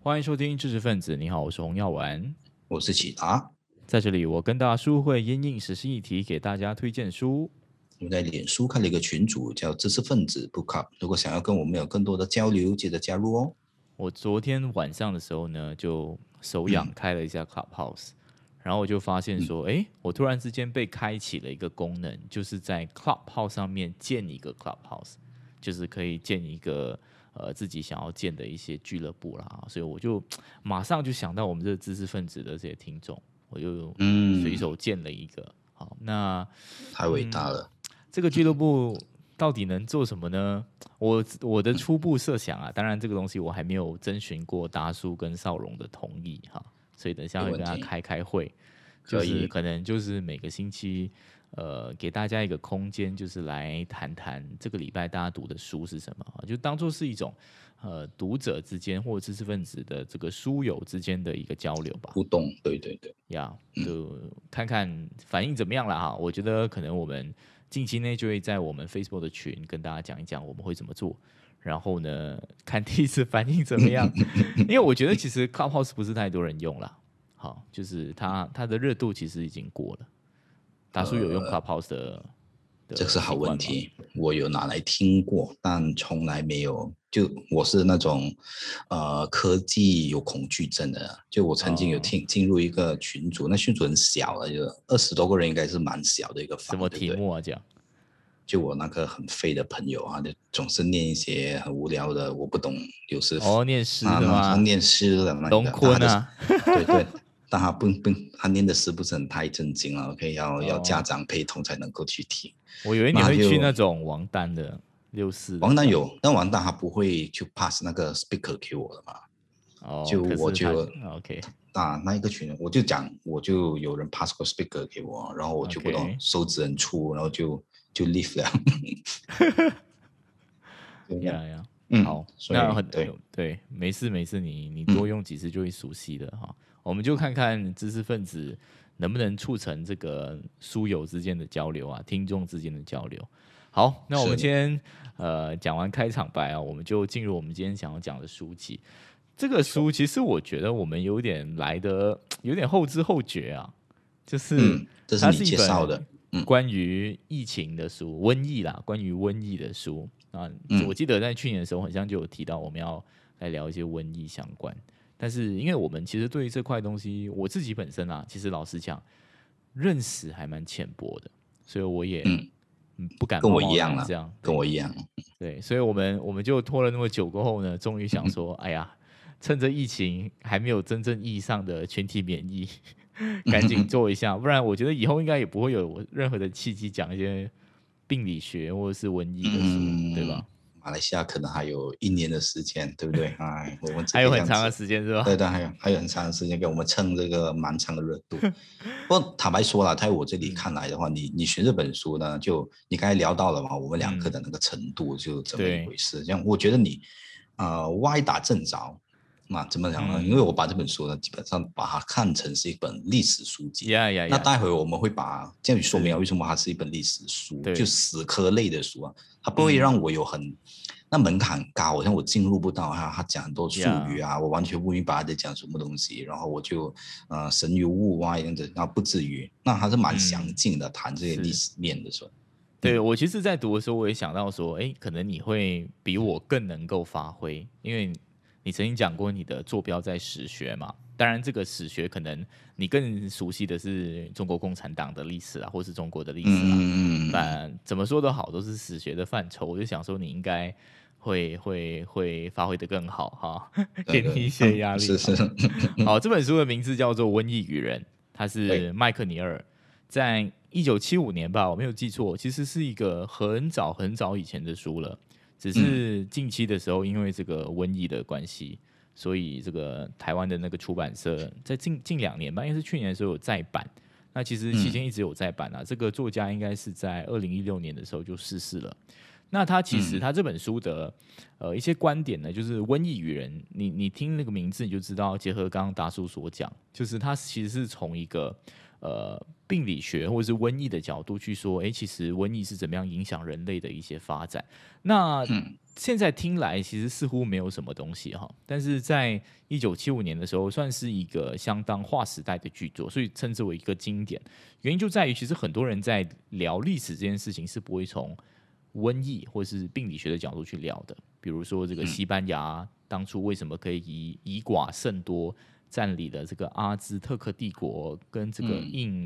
欢迎收听知识分子，你好，我是洪耀文。 我是启达。 在这里，我跟大叔会因应时事议题给大家推荐书。 我在脸书开了一个群组，叫知识分子 Book Up。如果想要跟我们有更多的交流，记得加入哦。 我昨天晚上的时候呢，就手痒开了一下 Clubhouse，然后我就发现说，我突然之间被开启了一个功能，就是在 Clubhouse 上面建一个 Clubhouse，就是可以建一个自己想要建的一些俱乐部啦。所以我就马上就想到我们这个知识分子的这些听众，我就随手建了一个。好，那太伟大了。 这个俱乐部到底能做什么呢？我的初步设想啊，当然这个东西我还没有征询过达叔跟少荣的同意哈，所以等一下会跟他开会，就是可能就是每个星期给大家一个空间，就是来谈谈这个礼拜大家读的书是什么，就当做是一种读者之间或知识分子的这个书友之间的一个交流吧， 互动，对对对， 就看看反应怎么样了哈。我觉得可能我们近期内就会在我们 Facebook 的群跟大家讲一讲我们会怎么做，然后呢，看第一次反应怎么样。因为我觉得其实 Clubhouse 不是太多人用啦，好，就是它的热度其实已经过了。达叔有用 Clubhouse 的这是好问题。我有拿来听过，但从来没有。就我是那种科技有恐惧症的，就我曾经有进入一个群组，那群组很小了，就20多个人，应该是蛮小的一个房。 什么题目啊？这样？ 就我那个很废的朋友啊，就总是念一些很无聊的，我不懂，有时念诗的吗？ 念诗的那个龙坤啊， 对对，但他念的诗不是很太正经了，OK，要家长陪同才能够去听。 我以为你会去那种王丹的64。 王丹有，但王丹他不会就 pass 那个 speaker 给我的嘛。就我就 OK 那一个群，我就讲，我就有人 pass 过 speaker 给我，然后我就不懂，手指很粗，然后就 leave 了。 呀，好，那对，没事，你多用几次就会熟悉的哈。我们就看看知识分子能不能促成这个书友之间的交流啊，听众之间的交流。好，那我们先讲完开场白啊，我们就进入我们今天想要讲的书籍。这个书其实我觉得我们有点来的有点后知后觉啊，就是它是一本关于疫情的书，瘟疫啦，关于瘟疫的书啊。我记得在去年的时候，好像就有提到我们要来聊一些瘟疫相关。但是因为我们其实对于这块东西，我自己本身啊，其实老实讲，认识还蛮浅薄的，所以我也不敢跟我一样这样， 跟我一样。 对，所以我们就拖了那么久过后呢，终于想说，哎呀，趁着疫情还没有真正意义上的全体免疫，赶紧做一下，不然我觉得以后应该也不会有任何的契机讲一些病理学或者是瘟疫的书，对吧？ 马来西亚可能还有1年的时间，对不对？哎，我们还有很长的时间是吧？ 对的，还有很长的时间给我们蹭这个蛮长的热度。不过坦白说了，在我这里看来的话，你选这本书呢，就你刚才聊到了嘛，我们两个的那个程度就怎么一回事？这样，我觉得你歪打正着。那怎么讲呢？因为我把这本书呢，基本上把它看成是一本历史书籍。那待会我们会把这样说明为什么它是一本历史书，就史科类的书啊，它不会让我有那门槛高，好像我进入不到他讲很多术语啊，我完全不明白他在讲什么东西，然后我就神游物外这样子，那不至于。那还是蛮详尽的谈这些历史面的时候。 对，我其实在读的时候，我也想到说，可能你会比我更能够发挥，因为你曾经讲过你的坐标在史学嘛，当然这个史学可能你更熟悉的是中国共产党的历史啊，或是中国的历史啊，怎么说都好，都是史学的范畴。我就想说你应该会发挥得更好哈，给你一些压力。 是。 好，这本书的名字叫做《瘟疫与人》，它是麦克尼尔在1975年吧，我没有记错，其实是一个很早很早以前的书了。只是近期的时候，因为这个瘟疫的关系，所以这个台湾的那个出版社在近2年吧，应该是去年的时候有再版。那其实期间一直有再版啊。这个作家应该是在2016年的时候就逝世了。那他其实他这本书的一些观点呢，就是瘟疫与人，你听那个名字你就知道，结合刚刚达叔所讲，就是他其实是从一个病理学或者是瘟疫的角度去说，其实瘟疫是怎么样影响人类的一些发展。那现在听来其实似乎没有什么东西哈，但是在1975年的时候，算是一个相当划时代的巨作，所以称之为一个经典。原因就在于，其实很多人在聊历史这件事情是不会从瘟疫或是病理学的角度去聊的。比如说这个西班牙当初为什么可以以寡胜多占领了这个阿兹特克帝国跟这个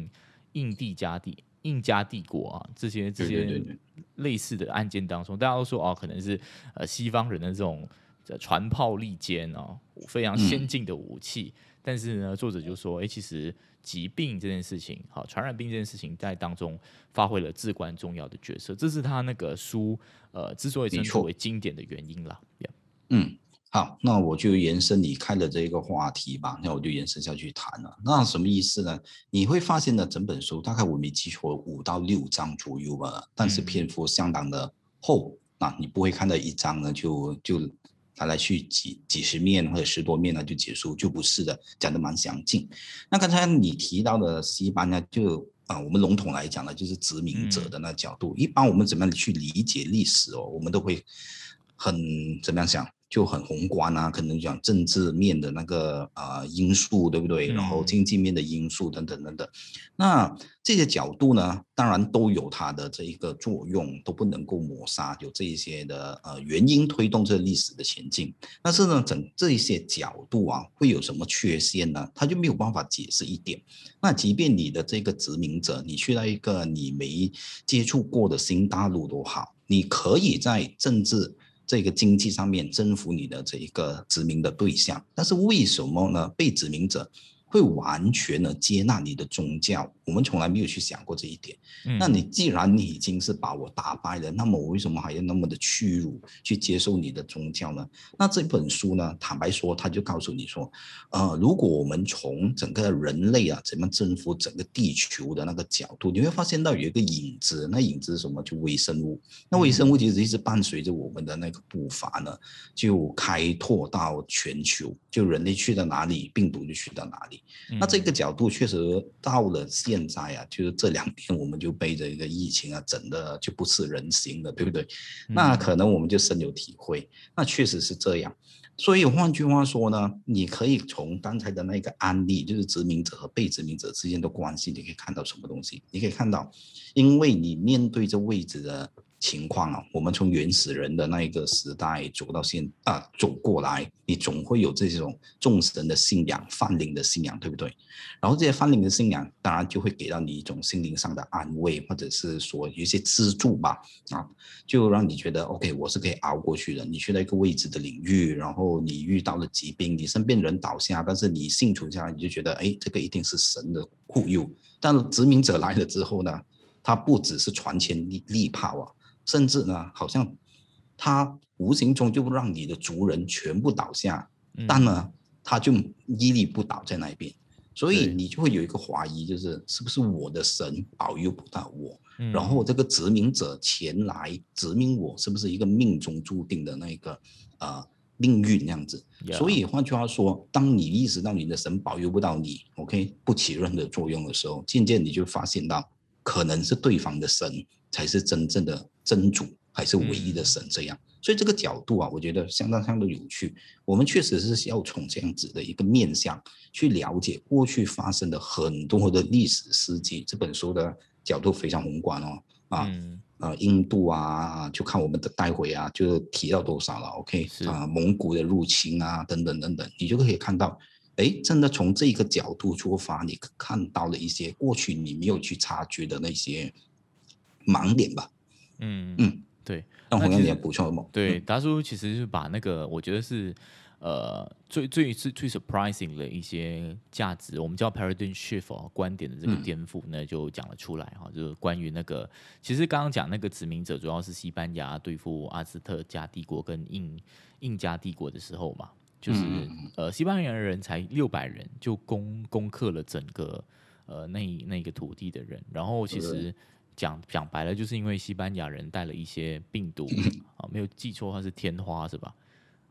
印加帝国啊，这些类似的案件当中，大家都说可能是西方人的这种船炮利坚非常先进的武器。但是呢，作者就说，其实疾病这件事情，传染病这件事情在当中发挥了至关重要的角色，这是他那个书之所以称之为经典的原因啦。 好，那我就延伸你开的这个话题吧，那我就延伸下去谈了。那什么意思呢？你会发现呢，整本书大概我没记错5到6章左右吧，但是篇幅相当的厚。你不会看到一章呢就来去几十面或者10多面呢就结束，就不是的，讲得蛮详尽。那刚才你提到的西班牙就我们笼统来讲呢，就是殖民者的那角度。一般我们怎么样去理解历史我们都会很怎么样想，就很宏观可能讲政治面的那个因素，对不对？然后经济面的因素等等等等。那这些角度呢，当然都有它的这一个作用，都不能够抹杀有这一些的原因推动这历史的前进。但是呢，这一些角度会有什么缺陷呢？它就没有办法解释一点。那即便你的这个殖民者，你去到一个你没接触过的新大陆都好，你可以在政治这个经济上面征服你的这一个殖民的对象，但是为什么呢？被殖民者会完全的接纳你的宗教？我们从来没有去想过这一点。那你既然你已经是把我打败了，那么我为什么还要那么的屈辱去接受你的宗教呢？那这本书呢，坦白说，他就告诉你说，如果我们从整个人类怎么征服整个地球的那个角度，你会发现到有一个影子，那影子是什么？就微生物。那微生物其实一直伴随着我们的那个步伐呢，就开拓到全球，就人类去到哪里，病毒就去到哪里。那这个角度确实到了现在就是这2年我们就被这个疫情整的就不是人形了，对不对？那可能我们就深有体会，那确实是这样。所以换句话说呢，你可以从刚才的那个案例，就是殖民者和被殖民者之间的关系，你可以看到什么东西？你可以看到，因为你面对这位置的情况我们从原始人的那一个时代走过来，你总会有这种众神的信仰、泛灵的信仰，对不对？然后这些泛灵的信仰，当然就会给到你一种心灵上的安慰，或者是说有一些资助吧，就让你觉得 OK， 我是可以熬过去的。你去到一个未知的领域，然后你遇到了疾病，你身边人倒下，但是你幸存下来，你就觉得这个一定是神的护佑。但殖民者来了之后呢，他不只是传千利炮甚至呢，好像他无形中就让你的族人全部倒下，但呢，他就屹立不倒在那边，所以你就会有一个怀疑，就是是不是我的神保佑不到我？然后这个殖民者前来殖民我，是不是一个命中注定的那个命运那样子？所以换句话说，当你意识到你的神保佑不到你 ，OK， 不起任何作用的时候，渐渐你就发现到，可能是对方的神才是真正的真主，还是唯一的神这样。所以这个角度我觉得相当的有趣。我们确实是要从这样子的一个面向去了解过去发生的很多的历史事迹。这本书的角度非常宏观印度就看我们的待会就提到多少了 ，OK 蒙古的入侵等等等等，你就可以看到，真的从这个角度出发，你看到了一些过去你没有去察觉的那些盲点吧。 对。 那洪亮，你要补充什么？ 对，达叔其实是把那个我觉得是最 surprising 的一些价值，我们叫 paradigm shift 观点的这个颠覆呢，就讲了出来就是关于那个，其实刚刚讲那个殖民者主要是西班牙对付阿兹特加帝国跟印加帝国的时候嘛，就是西班牙人才600人就攻克了整个那个土地的人，然后其实讲白了，就是因为西班牙人带了一些病毒没有记错，它是天花是吧？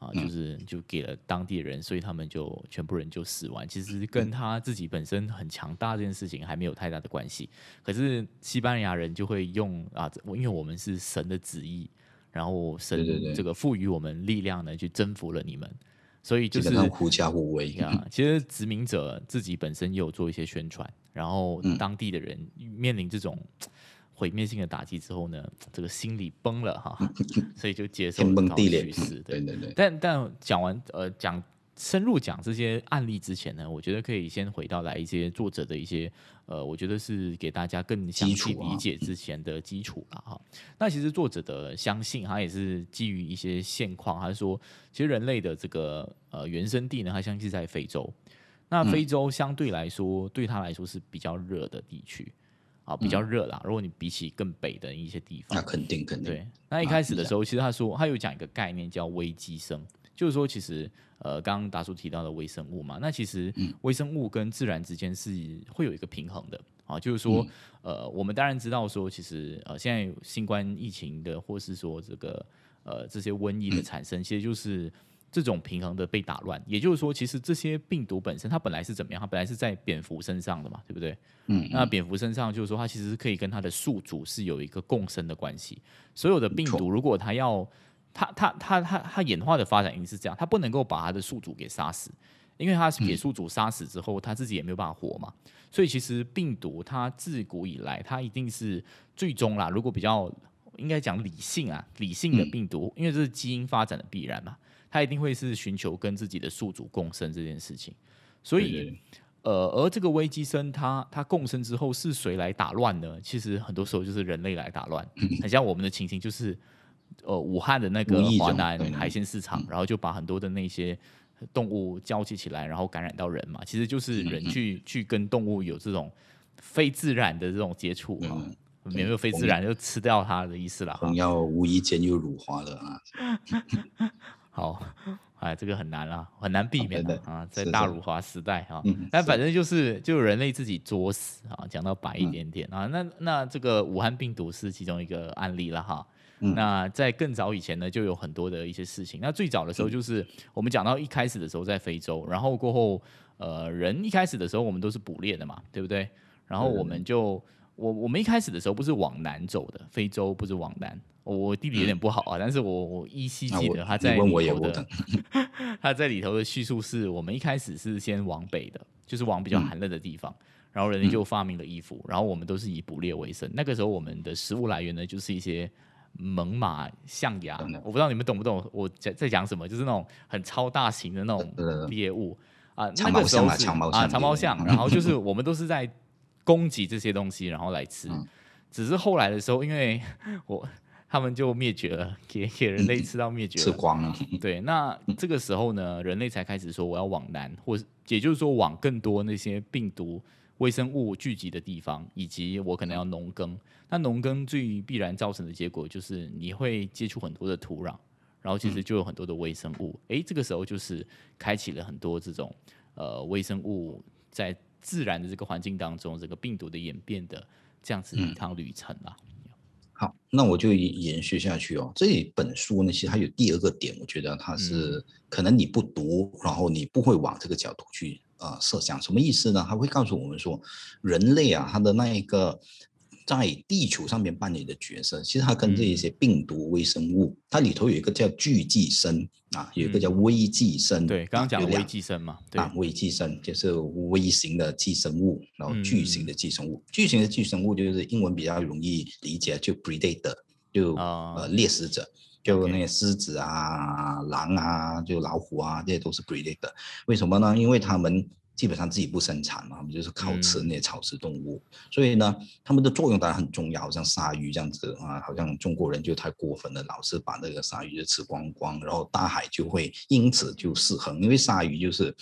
就给了当地人，所以他们就全部人就死完。其实跟他自己本身很强大这件事情还没有太大的关系。可是西班牙人就会用因为我们是神的旨意，然后神这个赋予我们力量呢，去征服了你们。所以就是狐假虎威呀。其实殖民者自己本身也有做一些宣传，然后当地的人面临这种毁灭性的打击之后呢，这个心理崩了哈，所以就接受了这套叙事。 对对对。 但讲完深入讲这些案例之前呢，我觉得可以先回到来一些作者的一些我觉得是给大家更详细理解之前的基础了哈。那其实作者的相信，他也是基于一些现况，他说其实人类的这个原生地呢，他相信在非洲。那非洲相对来说，对他来说是比较热的地区。比较热啦。如果你比起更北的一些地方， 那肯定。 对，那一开始的时候，其实他有讲一个概念叫微积生，就是说其实刚刚达叔提到的微生物嘛，那其实微生物跟自然之间是会有一个平衡的就是说我们当然知道说，其实现在有新冠疫情的，或是说这个这些瘟疫的产生，其实就是这种平衡的被打乱。也就是说，其实这些病毒本身它本来是怎么样？它本来是在蝙蝠身上的嘛，对不对？那蝙蝠身上就是说，它其实是可以跟它的宿主是有一个共生的关系。所有的病毒，如果它要它演化的发展一定是这样，它不能够把它的宿主给杀死，因为它给宿主杀死之后，它自己也没有办法活嘛。所以其实病毒它自古以来，它一定是最终啦，如果比较应该讲理性的病毒，因为这是基因发展的必然嘛，它一定会是寻求跟自己的宿主共生这件事情。所以而这个微积生它共生之后是谁来打乱呢？其实很多时候就是人类来打乱。很像我们的情形就是武汉的那个华南海鲜市场，然后就把很多的那些动物交集起来，然后感染到人嘛。其实就是人去跟动物有这种非自然的这种接触没有非自然就吃掉它的意思啦。 红药无意间又辱华了好，这个很难啦，很难避免在大辱华时代但反正就人类自己作死讲到白一点点那这个武汉病毒是其中一个案例了哈。那在更早以前呢，就有很多的一些事情。那最早的时候就是我们讲到一开始的时候在非洲，然后过后人一开始的时候我们都是捕猎的嘛，对不对？然后我们就我们一开始的时候不是往南走的，非洲不是往南。我地理有点不好但是我依稀记得他在里头的他在里头的叙述是，我们一开始是先往北的，就是往比较寒冷的地方。然后人类就发明了衣服，然后我们都是以捕猎为生。那个时候我们的食物来源呢，就是一些猛犸、象牙。我不知道你们懂不懂我在讲什么，就是那种很超大型的那种猎物那个时候是长毛象，然后就是我们都是在攻击这些东西，然后来吃。只是后来的时候，因为他们就灭绝了，给人类吃到灭绝了， 吃光了。 对，那这个时候呢，人类才开始说我要往南，或也就是说往更多那些病毒、微生物聚集的地方，以及我可能要农耕。那农耕最必然造成的结果就是你会接触很多的土壤，然后其实就有很多的微生物。这个时候就是开启了很多这种微生物在自然的这个环境当中，这个病毒的演变的这样子一趟旅程啦。 好，那我就延续下去这本书呢，其实它有第二个点，我觉得它是可能你不读，然后你不会往这个角度去设想。什么意思呢？它会告诉我们说，人类它的那一个在地球上面扮演的角色，其实它跟这一些病毒、微生物，它里头有一个叫巨寄生有一个叫微寄生。 对，刚刚讲微寄生嘛，对， 微寄生就是微型的寄生物，然后巨型的寄生物。巨型的寄生物就是英文比较容易理解，就 predator， 就猎食者，就那些狮子狼就老虎这些都是 predator。为什么呢？因为他们基本上自己不生产嘛，他们就是靠吃那些草食动物，所以呢，他们的作用当然很重要，像鲨鱼这样子好像中国人就太过分了，老是把那个鲨鱼就吃光光，然后大海就会因此就失衡，因为鲨鱼就是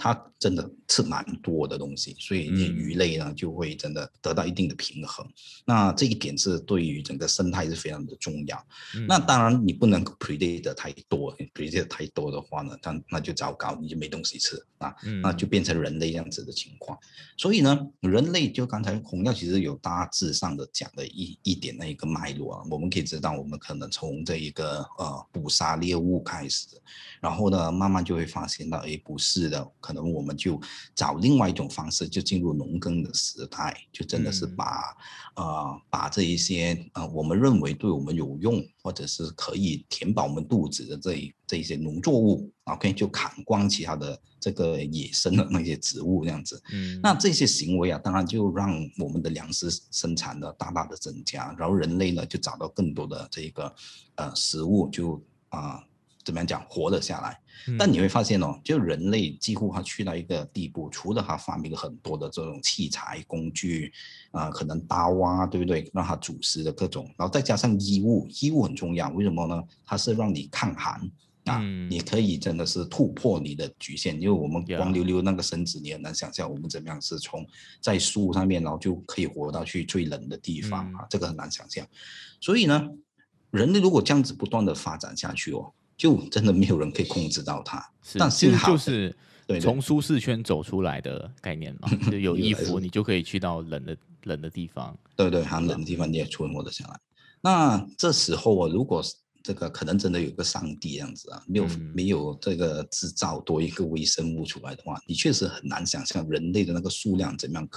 它真的吃蛮多的东西，所以你鱼类呢就会真的得到一定的平衡。那这一点是对于整个生态是非常的重要。那当然你不能 predict 太多 ，predict 太多的话呢，那就糟糕，你就没东西吃啊，那就变成人类这样子的情况。所以呢，人类就刚才洪耀其实有大致上的讲的一点那一个脉络啊，我们可以知道，我们可能从这一个捕杀猎物开始，然后呢，慢慢就会发现到，哎，不是的，可能我们就找另外一种方式，就进入农耕的时代，就真的是把这一些我们认为对我们有用，或者是可以填饱我们肚子的这一些农作物 ，OK， 就砍光其他的这个野生的那些植物这样子。那这些行为啊，当然就让我们的粮食生产呢大大的增加，然后人类呢就找到更多的这个食物，就怎么样讲活了下来。但你会发现哦，就人类几乎他去到一个地步，除了他发明了很多的这种器材工具可能刀啊，对不对？让他煮食的各种，然后再加上衣物很重要，为什么呢？它是让你抗寒你可以真的是突破你的局限，因为我们光溜溜那个身子，你很难想象我们怎么样是从在树上面，然后就可以活到去最冷的地方这个很难想象。所以呢，人类如果这样子不断的发展下去哦，就真的没有人可以控制到它。但幸好就是从舒适圈走出来的概念嘛，就有衣服你就可以去到冷的地方。 对，很冷的地方你也存活得下来。那这时候如果这个可能真的有个上帝这样子没有这个制造多一个微生物出来的话，你确实很难想象人类的那个数量怎么样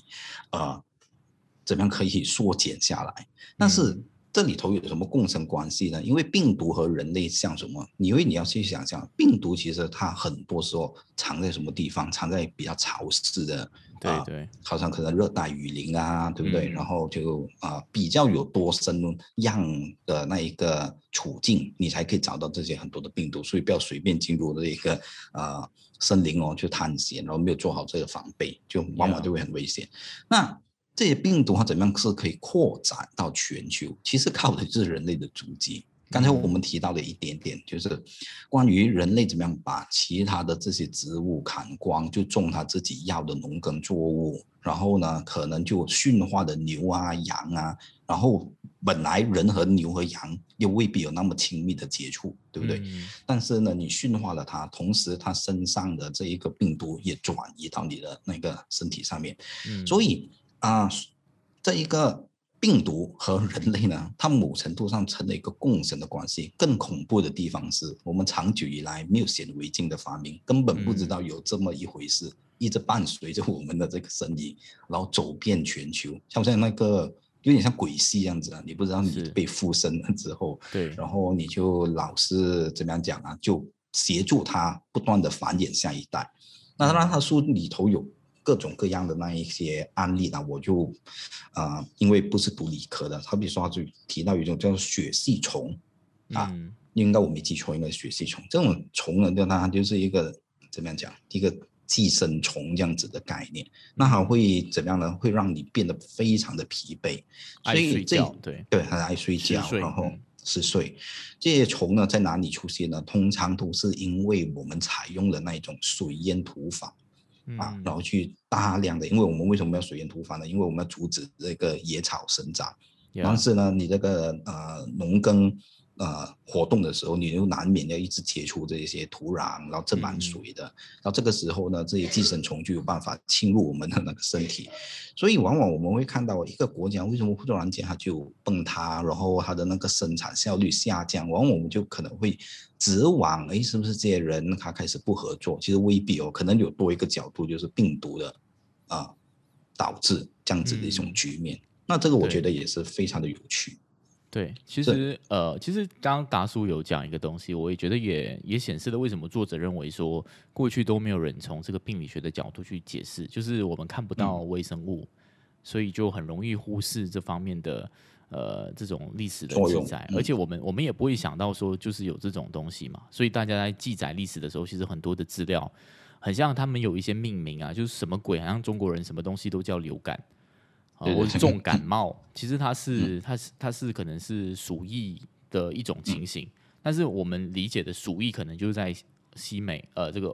可以缩减下来。但是这里头有什么共生关系呢？因为病毒和人类像什么？因为你要去想象，病毒其实它很多时候藏在什么地方？藏在比较潮湿的， 对， 好像可能热带雨林啊，对不对？然后就比较有多生样的那一个处境，你才可以找到这些很多的病毒。所以不要随便进入这一个森林去探险，然后没有做好这个防备，就往往就会很危险。那这些病毒它怎么样是可以扩展到全球？其实靠的就是人类的足迹。刚才我们提到的一点点，就是关于人类怎么样把其他的这些植物砍光，就种他自己要的农耕作物，然后呢，可能就驯化的牛啊、羊啊，然后本来人和牛和羊又未必有那么亲密的接触，对不对？但是呢，你驯化了它，同时它身上的这一个病毒也转移到你的那个身体上面，所以这一个病毒和人类呢，它某程度上成了一个共生的关系。更恐怖的地方是我们长久以来没有显微镜的发明，根本不知道有这么一回事，一直伴随着我们的这个身体，然后走遍全球，像那个有点像鬼戏这样子你不知道你被附身了之后， 对， 然后你就老是怎么样讲就协助它不断的繁衍下一代。那当然，它书里头有各种各样的那一些案例呢，我就因为不是读理科的，好比说他就提到有一种叫做血吸虫应该我没记错，应该是血吸虫。这种虫呢，它就是一个怎么样讲，一个寄生虫这样子的概念。那它会怎么样呢？会让你变得非常的疲惫， 所以对，很爱睡觉，然后嗜睡。这些虫呢，在哪里出现呢？通常都是因为我们采用了那一种水淹土法。然后去大量的，因为我们为什么要水淹土法呢？因为我们要阻止这个野草生长。但是呢，你这个农耕活动的时候，你就难免要一直接触这些土壤，然后浸满水的。然后这个时候呢，这些寄生虫就有办法侵入我们的那个身体。所以往往我们会看到一个国家为什么突然间它就崩塌，然后它的那个生产效率下降，往往我们就可能会指往是不是这些人他开始不合作？其实未必可能有多一个角度，就是病毒的导致这样子的一种局面。那这个我觉得也是非常的有趣。 对，其实刚刚达叔有讲一个东西，我也觉得也显示了为什么作者认为说过去都没有人从这个病理学的角度去解释，就是我们看不到微生物，所以就很容易忽视这方面的这种历史的记载，而且我们也不会想到说就是有这种东西嘛，所以大家在记载历史的时候，其实很多的资料很像他们有一些命名就是什么鬼，好像中国人什么东西都叫流感。或者重感冒，其实它是可能是鼠疫的一种情形，但是我们理解的鼠疫可能就是在西美这个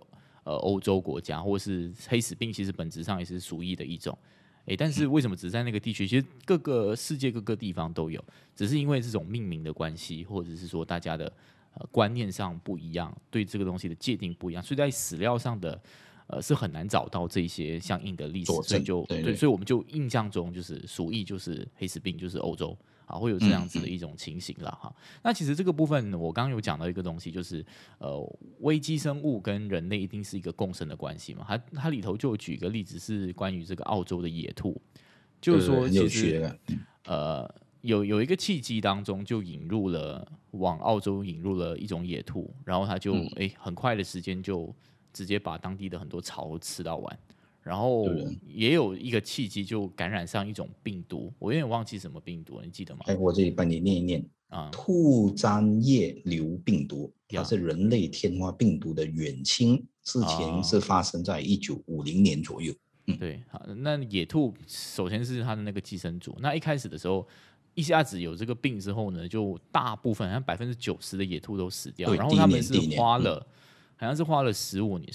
欧洲国家，或是黑死病其实本质上也是鼠疫的一种。但是为什么只在那个地区？其实世界各个地方都有，只是因为这种命名的关系，或者是说大家的观念上不一样，对这个东西的界定不一样，所以在史料上的是很难找到这些相应的历史，所以所以我们就印象中就是鼠疫就是黑死病就是欧洲。会有这样子的一种情形啦哈。那其实这个部分我刚刚有讲到一个东西，就是微基生物跟人类一定是一个共生的关系嘛。它里头就有举一个例子是关于这个澳洲的野兔，就是说其实有一个契机当中就往澳洲引入了一种野兔，然后它就很快的时间就直接把当地的很多草吃到完。然后也有一个契机，就感染上一种病毒，我有点忘记什么病毒，你记得吗？ 我这里帮你念一念兔簪叶瘤病毒，它是人类天花病毒的远亲，之前是发生在1950年左右。 对，好，那野兔首先是它的那个寄生族，那一开始的时候，一下子有这个病之后呢，就大部分好像90%的野兔都死掉，然后他们是花了。好像是花了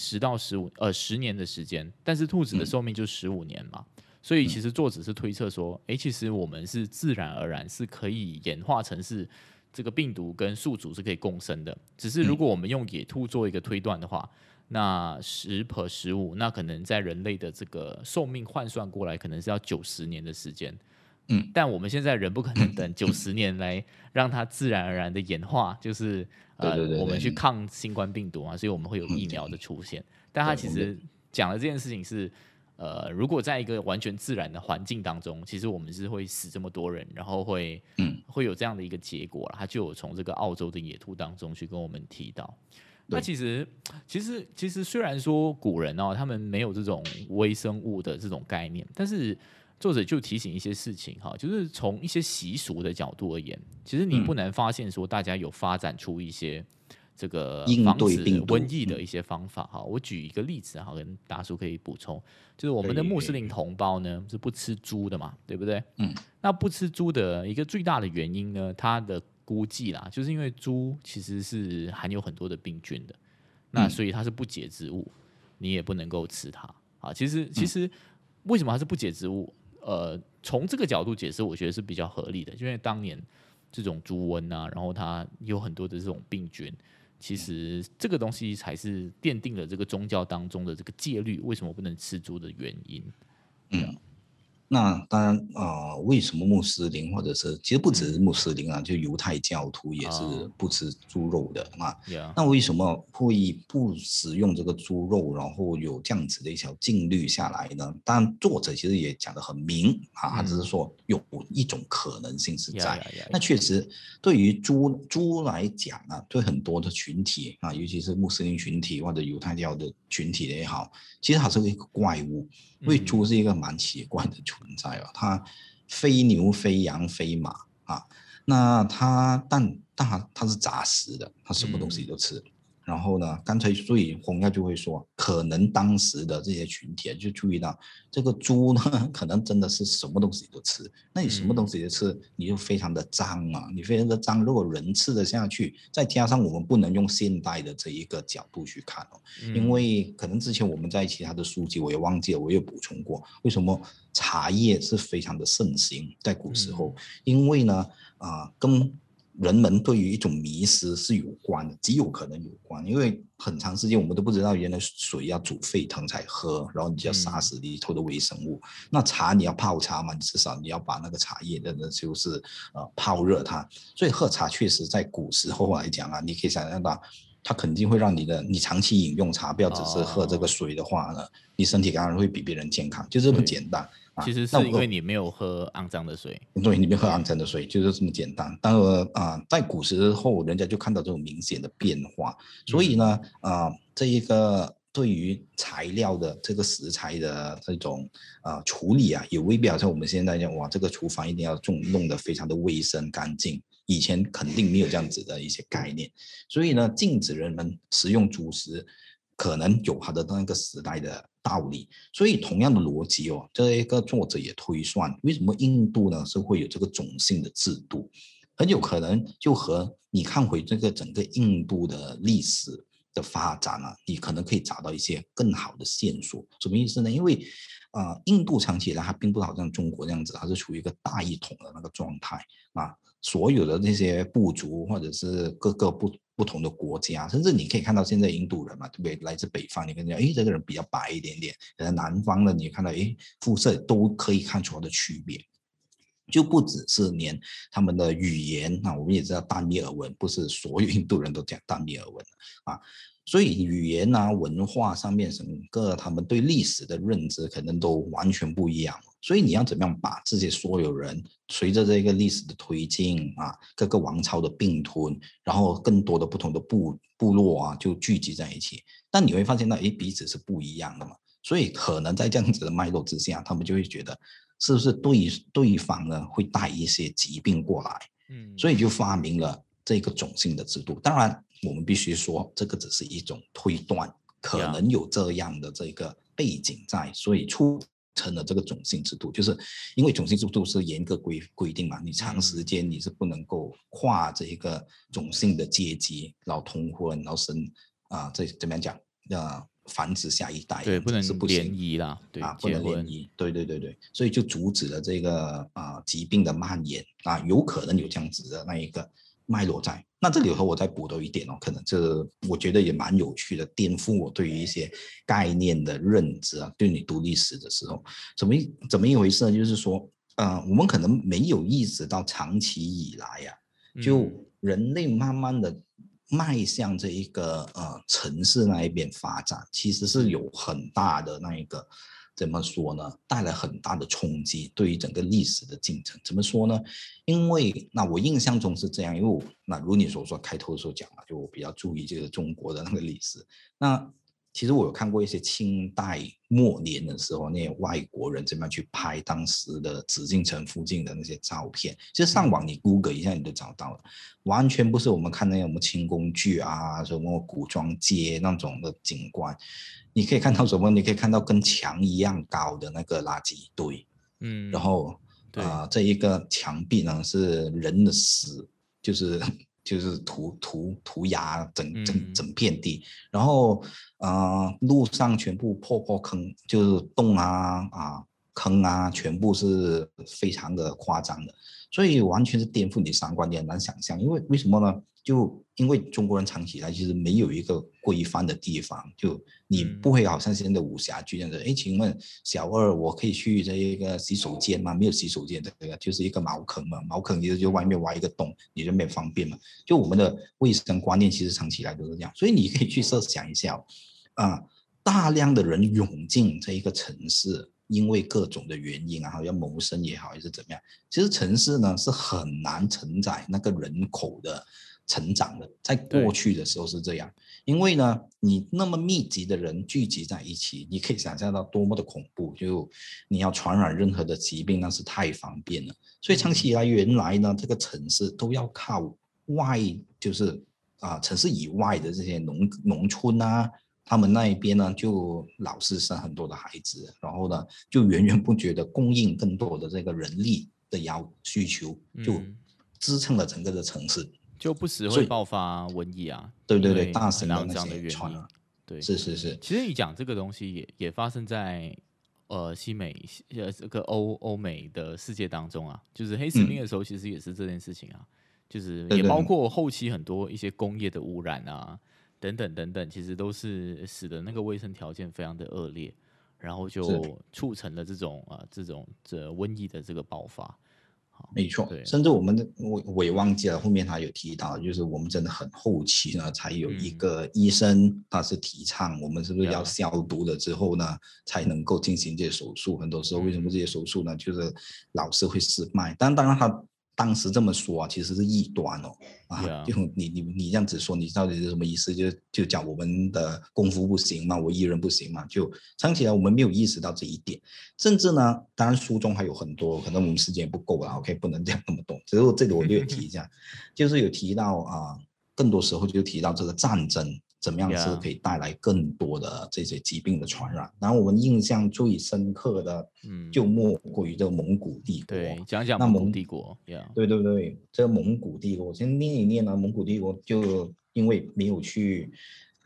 10年的时间，但是兔子的寿命就15年嘛，所以其实作者是推测说，其实我们是自然而然是可以演化成是这个病毒跟宿主是可以共生的，只是如果我们用野兔做一个推断的话，那10/15，那可能在人类的这个寿命换算过来，可能是要90年的时间。但我们现在人不可能等90年来让它自然而然的演化，就是我们去抗新冠病毒啊，所以我们会有疫苗的出现。但他其实讲的这件事情是，如果在一个完全自然的环境当中，其实我们是会死这么多人，然后会有这样的一个结果，他就有从这个澳洲的野兔当中去跟我们提到。那其实虽然说古人他们没有这种微生物的这种概念，但是作者就提醒一些事情哈，就是从一些习俗的角度而言，其实你不难发现说大家有发展出一些这个防止瘟疫的一些方法哈。我举一个例子哈，跟大叔可以补充，就是我们的穆斯林同胞呢是不吃猪的嘛，对不对？那不吃猪的一个最大的原因呢，它的估计啦，就是因为猪其实是含有很多的病菌的，那所以它是不洁之物，你也不能够吃它啊。其实为什么它是不洁之物？从这个角度解释，我觉得是比较合理的，因为当年这种猪瘟啊，然后它有很多的这种病菌，其实这个东西才是奠定了这个宗教当中的这个戒律，为什么不能吃猪的原因。 那当然为什么穆斯林或者是其实不只是穆斯林啊，就犹太教徒也是不吃猪肉的那为什么会不使用这个猪肉，然后有这样子的一条禁律下来呢？当然作者其实也讲得很明他只是说有一种可能性是在那确实对于猪来讲对很多的群体尤其是穆斯林群体或者犹太教的群体也好，其实它是一个怪物，因为猪是一个蛮奇怪的存在它非牛非羊非马那但它是杂食的，它什么东西都吃然后呢，刚才所以洪耀就会说，可能当时的这些群体就注意到这个猪呢，可能真的是什么东西都吃。那你什么东西都吃，你就非常的脏你非常的脏。如果人吃得下去，再加上我们不能用现代的这一个角度去看因为可能之前我们在其他的书籍我也忘记了，我也补充过，为什么茶叶是非常的盛行在古时候，因为呢跟人们对于一种迷思是有关的，极有可能有关，因为很长时间我们都不知道原来水要煮沸腾才喝，然后你就要杀死里头的微生物。那茶你要泡茶嘛，至少你要把那个茶叶的就是泡热它，所以喝茶确实在古时候来讲你可以想象到它肯定会让你长期饮用茶，不要只是喝这个水的话呢，你身体当然会比别人健康，就这么简单。 其实是因为你没有喝肮脏的水， 对，你没有喝肮脏的水，就是这么简单。当然在古时候，人家就看到这种明显的变化，所以呢，这一个对于材料的这个食材的这种处理也未必好像我们现在讲哇，这个厨房一定要弄得非常的卫生干净。以前肯定没有这样子的一些概念，所以呢，禁止人们食用猪食。可能有它的那个时代的道理，所以同样的逻辑这一个作者也推算，为什么印度呢是会有这个种姓的制度，很有可能就和你看回这个整个印度的历史的发展啊，你可能可以找到一些更好的线索。什么意思呢？因为印度长期以来它并不好像中国这样子，它是处于一个大一统的那个状态啊，所有的那些部族或者是各个不同的国家，甚至你可以看到现在印度人嘛，对不对？来自北方，你看见哎这个人比较白一点点，南方的你看到哎肤色都可以看出来的区别。就不只是连他们的语言，那我们也知道淡米尔文，不是所有印度人都讲淡米尔文啊，所以语言啊、文化上面整个他们对历史的认知可能都完全不一样。所以你要怎么样把这些所有人随着这个历史的推进啊，各个王朝的并吞，然后更多的不同的部落啊就聚集在一起，但你会发现到，哎，彼此是不一样的嘛。所以可能在这样子的脉络之下，他们就会觉得是不是对方呢会带一些疾病过来，所以就发明了这个种姓的制度。当然，我们必须说这个只是一种推断，可能有这样的这个背景在，所以促成了这个种姓制度。就是因为种姓制度是严格规定嘛，你长时间你是不能够跨这个种姓的阶级，然后通婚，然后生这怎么样讲繁殖下一代， 对，不能联行谊啦，对， 不能联谊，对，所以就阻止了这个疾病的蔓延啊，有可能有这样子的那一个脉络在。那这里头我再补多一点哦，可能这我觉得也蛮有趣的，颠覆我对于一些概念的认知啊。对你读历史的时候，怎么一回事呢？就是说，我们可能没有意识到长期以来啊，就人类慢慢的迈向这一个城市那一边发展，其实是有很大的那一个怎么说呢？带来很大的冲击，对于整个历史的进程。怎么说呢？因为那我印象中是这样，因为那如你所说，开头的时候讲了，就我比较注意这个中国的那个历史。那其实我有看过一些清代末年的时候，那些外国人怎么样去拍当时的紫禁城附近的那些照片。其实上网你 Google 一下你就找到了，完全不是我们看那种清宫剧啊、什么古装街那种的景观。你可以看到什么？你可以看到跟墙一样高的那个垃圾堆，然后这一个墙壁呢是人的屎，就是涂鸦整片地，然后路上全部破坑，就是洞坑啊，全部是非常的夸张的，所以完全是颠覆你三观，你很难想象。因为什么呢？就因为中国人长期以来其实没有一个规范的地方，就你不会好像现在武侠剧这样子，请问小二我可以去这一个洗手间吗？没有洗手间，这个就是一个茅坑嘛，茅坑其实就外面挖一个洞，你就没有方便嘛。就我们的卫生观念其实长期以来都是这样，所以你可以去设想一下，大量的人涌进这一个城市。因为各种的原因啊，好像谋生也好，还是怎么样，其实城市呢是很难承载那个人口的成长的。在过去的时候是这样，因为呢，你那么密集的人聚集在一起，你可以想象到多么的恐怖。就你要传染任何的疾病，那是太方便了。所以长期以来，原来呢，这个城市都要靠外，就是城市以外的这些农村啊。他们那一边呢，就老是生很多的孩子，然后呢，就源源不绝的供应更多的这个人力的需求，就支撑了整个的城市， 就不时会爆发瘟疫啊。 对，大型的那些传染， 对， 是。 其实你讲这个东西也发生在西美这个欧美的世界当中啊，就是黑死病的时候，其实也是这件事情啊，就是也包括后期很多一些工业的污染啊。等等，其实都是使得那个卫生条件非常的恶劣，然后就促成了这种瘟疫的这个爆发。 没错，甚至我也忘记了，后面他有提到，就是我们真的很后期呢，才有一个医生他是提倡我们是不是要消毒了之后呢，才能够进行这些手术。很多时候为什么这些手术呢，就是老是会失败。当然他当时这么说啊，其实是异端哦，就你这样子说，你到底是什么意思？就讲我们的功夫不行嘛，我艺人不行嘛，就长期以来我们没有意识到这一点，甚至呢，当然书中还有很多，可能我们时间也不够了 ，OK， 不能讲那么多，只是这个我略提一下，就是有提到更多时候就提到这个战争。怎么样是可以带来更多的这些疾病的传染？然后我们印象最深刻的，就莫过于这个蒙古帝国。 对，讲蒙古帝国， 对，这个蒙古帝国，我先念一念呢。蒙古帝国就因为没有去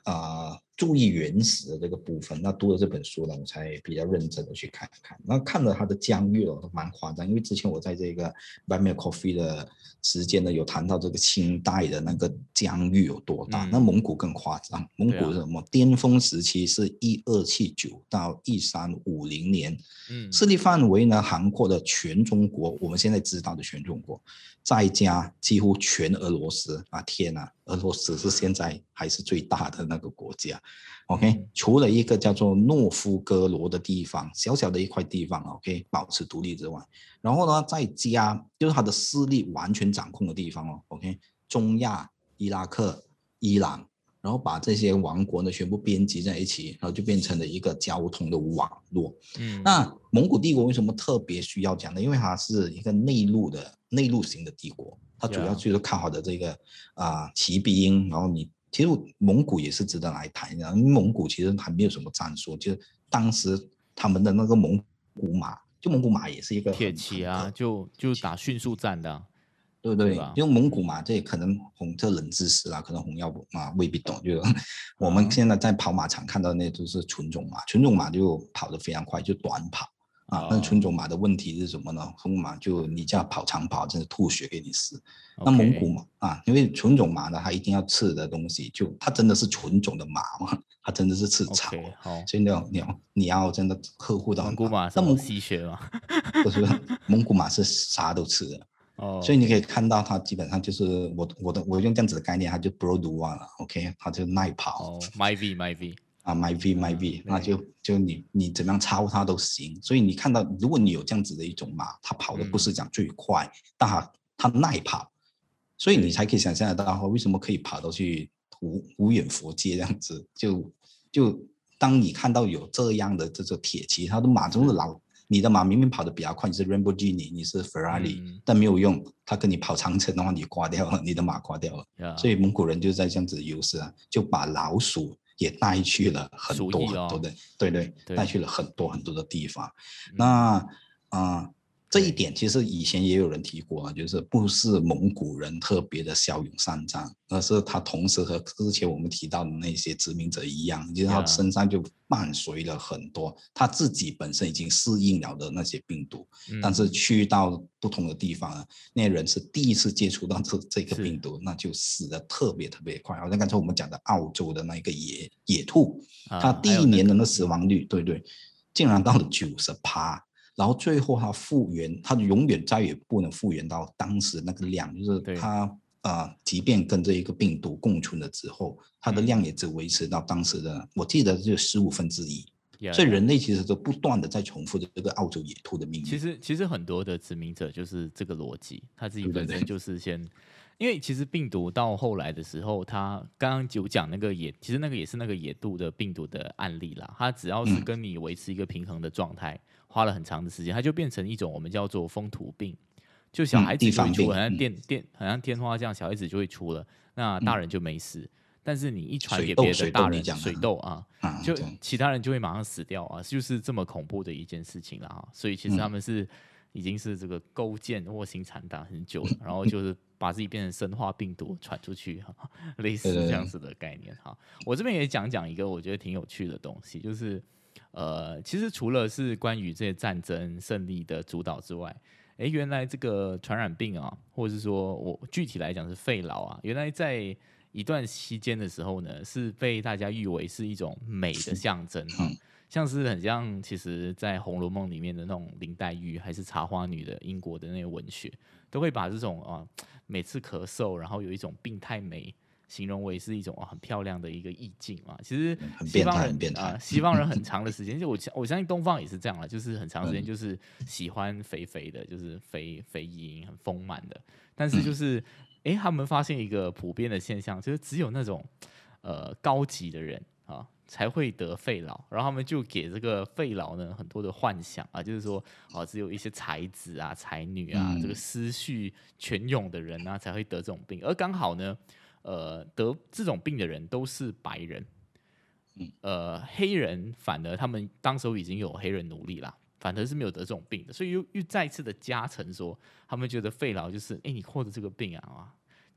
注意原始的这个部分。那读了这本书呢，我才比较认真的去看看。那看了它的疆域都蛮夸张，因为之前我在这个 Buy Me a Coffee 的时间呢，有谈到这个清代的那个疆域有多大。那蒙古更夸张，蒙古是什么？巅峰时期是1279到1350年，势力范围呢涵括了全中国，我们现在知道的全中国，再加几乎全俄罗斯啊！天哪，俄罗斯是现在还是最大的那个国家。OK， 除了一个叫做诺夫哥罗的地方，小小的一块地方 ，OK， 保持独立之外，然后呢，再加就是他的势力完全掌控的地方哦 ，OK， 中亚、伊拉克、伊朗，然后把这些王国呢全部编辑在一起，然后就变成了一个交通的网络。那蒙古帝国为什么特别需要讲呢？因为它是一个内陆型的帝国，它主要就是靠它的这个骑兵，然后其实蒙古也是值得来谈的，因为蒙古其实还没有什么战术，就是当时他们的那个蒙古马，就蒙古马也是一个铁骑啊，就打迅速战的， 对不对？因为蒙古马这可能这冷知识啦，可能红耀未必懂。就我们现在在跑马场看到那都是纯种马，纯种马就跑得非常快，就短跑那纯种马的问题是什么呢？纯种马就你叫跑长跑，真是吐血给你死。那蒙古马因为纯种马呢，它一定要吃的东西，就它真的是纯种的马嘛，它真的是吃草，所以你要真的呵护到蒙古马。那吸血吗？ 不是，蒙古马是啥都吃的。所以你可以看到它基本上就是我用这样子的概念，它就 broad one 了 ，OK， 它就耐跑。 my v my v， 那就你怎么样超它都行。所以你看到，如果你有这样子的一种马，它跑的不是讲最快，但它耐跑，所以你才可以想象得到为什么可以跑到去无远佛界这样子。就当你看到有这样的这个铁骑，它的马中的你的马明明跑得比较快，你是 Lamborghini， 你是 Ferrari，但没有用，他跟你跑长程的话，你挂掉了，你的马挂掉了。所以蒙古人就在这样子的优势就把老鼠也带去了很多很多的，对，带去了很多很多的地方。那这一点其实以前也有人提过，就是不是蒙古人特别的骁勇善战，而是他同时和之前我们提到的那些殖民者一样，就是他身上就伴随了很多他自己本身已经适应了的那些病毒，但是去到不同的地方那些人是第一次接触到这个病毒，那就死得特别特别快。好像刚才我们讲的澳洲的那个野兔，他第一年的那死亡率，对，竟然到了90%。然后最后它复原，它永远再也不能复原到当时那个量，就是它即便跟这一个病毒共存了之后，它的量也只维持到当时的，我记得就1/15。所以人类其实都不断的在重复这个澳洲野兔的命运。 其实很多的殖民者就是这个逻辑，他自己本身就是先。因为其实病毒到后来的时候，他刚刚有讲那个其实那个也是那个野兔的病毒的案例啦。它只要是跟你维持一个平衡的状态，花了很长的时间，它就变成一种我们叫做风土病，就小孩子就会出，好像天花这样，小孩子就会出了，那大人就没事。但是你一传给别的大人，水痘就其他人就会马上死掉就是这么恐怖的一件事情啦所以其实他们已经是这个勾践卧薪尝胆很久了，然后就是把自己变成生化病毒传出去类似这样子的概念我这边也讲一个我觉得挺有趣的东西，就是其实除了是关于这些战争胜利的主导之外，原来这个传染病或者是说我具体来讲是肺痨原来在一段期间的时候呢，是被大家誉为是一种美的象征像是很像其实在《红楼梦》里面的那种林黛玉，还是茶花女的英国的那些文学，都会把这种每次咳嗽然后有一种病态美形容为是一种很漂亮的一个意境其实西方人很长的时间，就我相信东方也是这样就是很长时间就是喜欢肥肥的，就是肥盈很丰满的，但是就是他们发现一个普遍的现象，就是只有那种高级的人才会得肺痨，然后他们就给这个肺痨呢很多的幻想就是说只有一些才子才女这个思绪泉涌的人才会得这种病，而刚好呢得这种病的人都是白人，黑人反而他们当时已经有黑人奴隶啦，反而是没有得这种病的，所以又再次的加成说他们觉得肺痨就是你获得这个病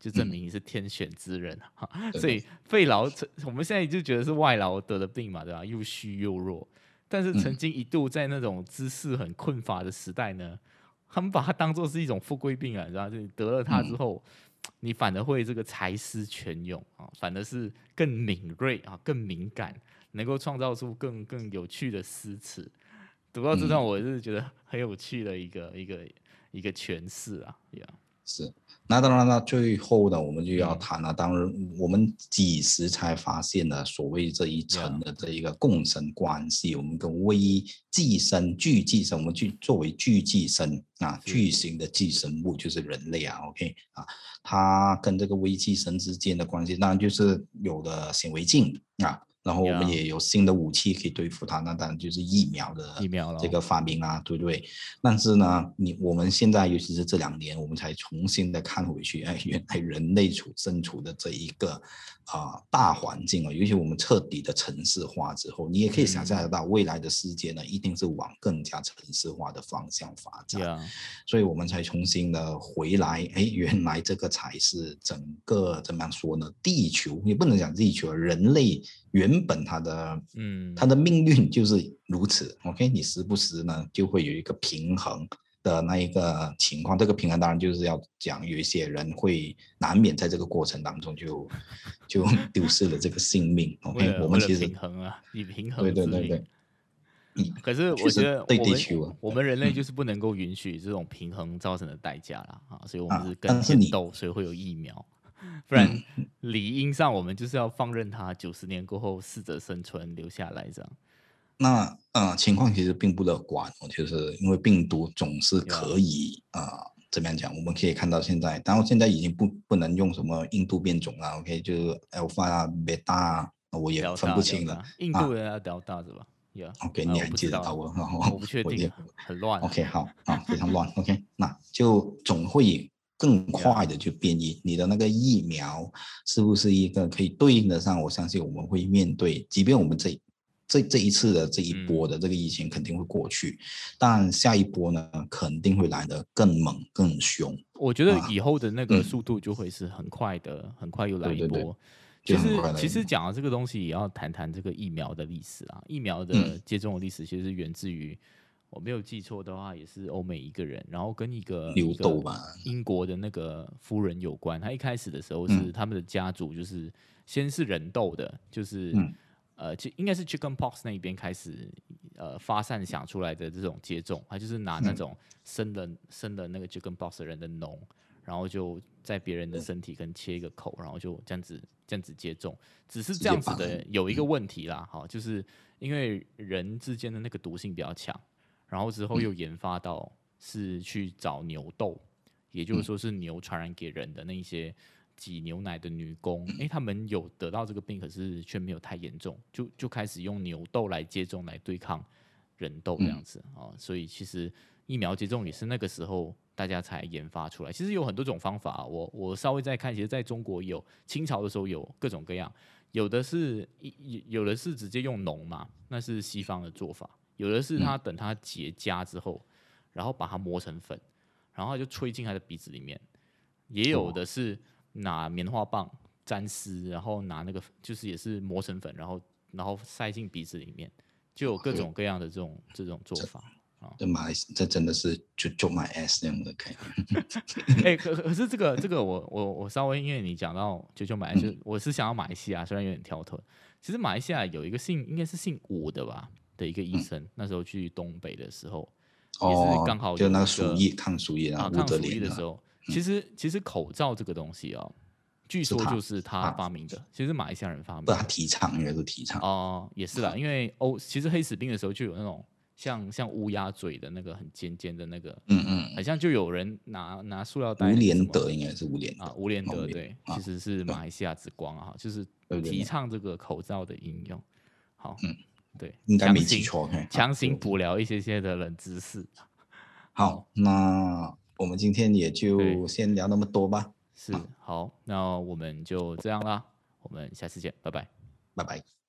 就证明你是天选之人哈。所以肺痨，我们现在就觉得是外劳得的病嘛，对吧？又虚又弱。但是曾经一度在那种知识很困乏的时代呢，他们把它当作是一种富贵病啊，你知道？就你得了它之后，你反而会这个才思泉涌啊，反而是更敏锐啊，更敏感，能够创造出更有趣的诗词。读到这段，我是觉得很有趣的一个诠释啊， 是。那当然了，最后呢，我们就要谈了。当然，我们几时才发现了所谓这一层的这一个共生关系？我们跟微寄生、巨寄生，我们作为巨寄生啊，巨型的寄生物就是人类啊 ，OK 啊，它跟这个微寄生之间的关系，当然就是有了显微镜啊。然后我们也有新的武器可以对付它，那当然就是疫苗的这个发明啊，对不对？但是呢，我们现在尤其是这2年，我们才重新的看回去，哎，原来人类身处的这一个大环境啊，尤其我们彻底的城市化之后，你也可以想象得到，未来的世界呢，一定是往更加城市化的方向发展，所以我们才重新的回来，哎，原来这个才是整个怎么样说呢？地球也不能讲地球，人类原本它的命运就是如此 ，OK， 你时不时呢就会有一个平衡的那一个情况，这个平衡当然就是要讲有一些人会难免在这个过程当中就丢失了这个性命。OK， 我们其实平衡啊，以平衡对。 可是我觉得对地球我们人类就是不能够允许这种平衡造成的代价啦啊，所以我们是跟天斗，所以会有疫苗。不然理应上我们就是要放任它90年过后适者生存留下来这样。 那情况其实并不乐观，就是因为病毒总是可以怎么样讲？我们可以看到现在，当然现在已经不能用什么印度变种了 ，OK， 就是 Alpha 啊、Beta 啊，我也分不清了。 印度人要 Delta 是吧 ？OK， 你还记得到我？ 我不确定，很乱。 OK， 好啊，非常乱。OK， 那就总会更快的就变异。你的那个疫苗是不是一个可以对应得上？我相信我们会面对，即便我们这一次的这一波的这个疫情肯定会过去，但下一波呢肯定会来得更猛更凶。 我觉得以后的那个速度就会是很快的，很快又来一波。其实讲到这个东西，也要谈谈这个疫苗的历史啊。疫苗的接种的历史其实源自于，我没有记错的话，也是欧美一个人，然后跟一个英国的那个夫人有关。他一开始的时候是他们的家族就是先是人斗的，就是应该是 Chicken Pox 那一边开始发散想出来的这种接种，他就是拿那种生了那个 Chicken Pox 的人的脓，然后就在别人的身体跟切一个口，然后就这样子接种。只是这样子的有一个问题啦，就是因为人之间的那个毒性比较强，然后之后又研发到是去找牛痘，也就是说是牛传染给人的那一些挤牛奶的女工，他们有得到这个病，可是却没有太严重，就开始用牛痘来接种来对抗人痘这样子所以其实疫苗接种也是那个时候大家才研发出来。其实有很多种方法，我稍微再看，其实在中国有清朝的时候有各种各样，有的是直接用脓嘛，那是西方的做法；有的是他等它结痂之后，然后把它磨成粉，然后就吹进他的鼻子里面；也有的是拿棉花棒沾湿，然后拿那个就是也是磨成粉，然后塞进鼻子里面，就有各种各样的这种做法。 这真的是就 my ass 那样的概念。 可是这个我稍微因为你讲到就my ass，我是想要马来西亚，虽然有点跳脱。其实马来西亚有一个应该是姓吴的吧的一个医生，那时候去东北的时候，也是刚好就那个抗鼠疫啊，抗鼠疫的时候，其实口罩这个东西据说就是他发明的，其实是马来西亚人发明的。 他提倡应该是提倡也是啦，因为其实黑死病的时候就有那种。像乌鸦嘴的那个很尖尖的那个，好像就有人拿塑料袋。 吴连德应该是吴连德吴连德对，其实是马来西亚之光啊，就是提倡这个口罩的应用。好，对， 应该没记错， 强行补聊一些的冷知识。 好，那我们今天也就先聊那么多吧。 是，好，那我们就这样啦，我们下次见，拜拜， 拜拜。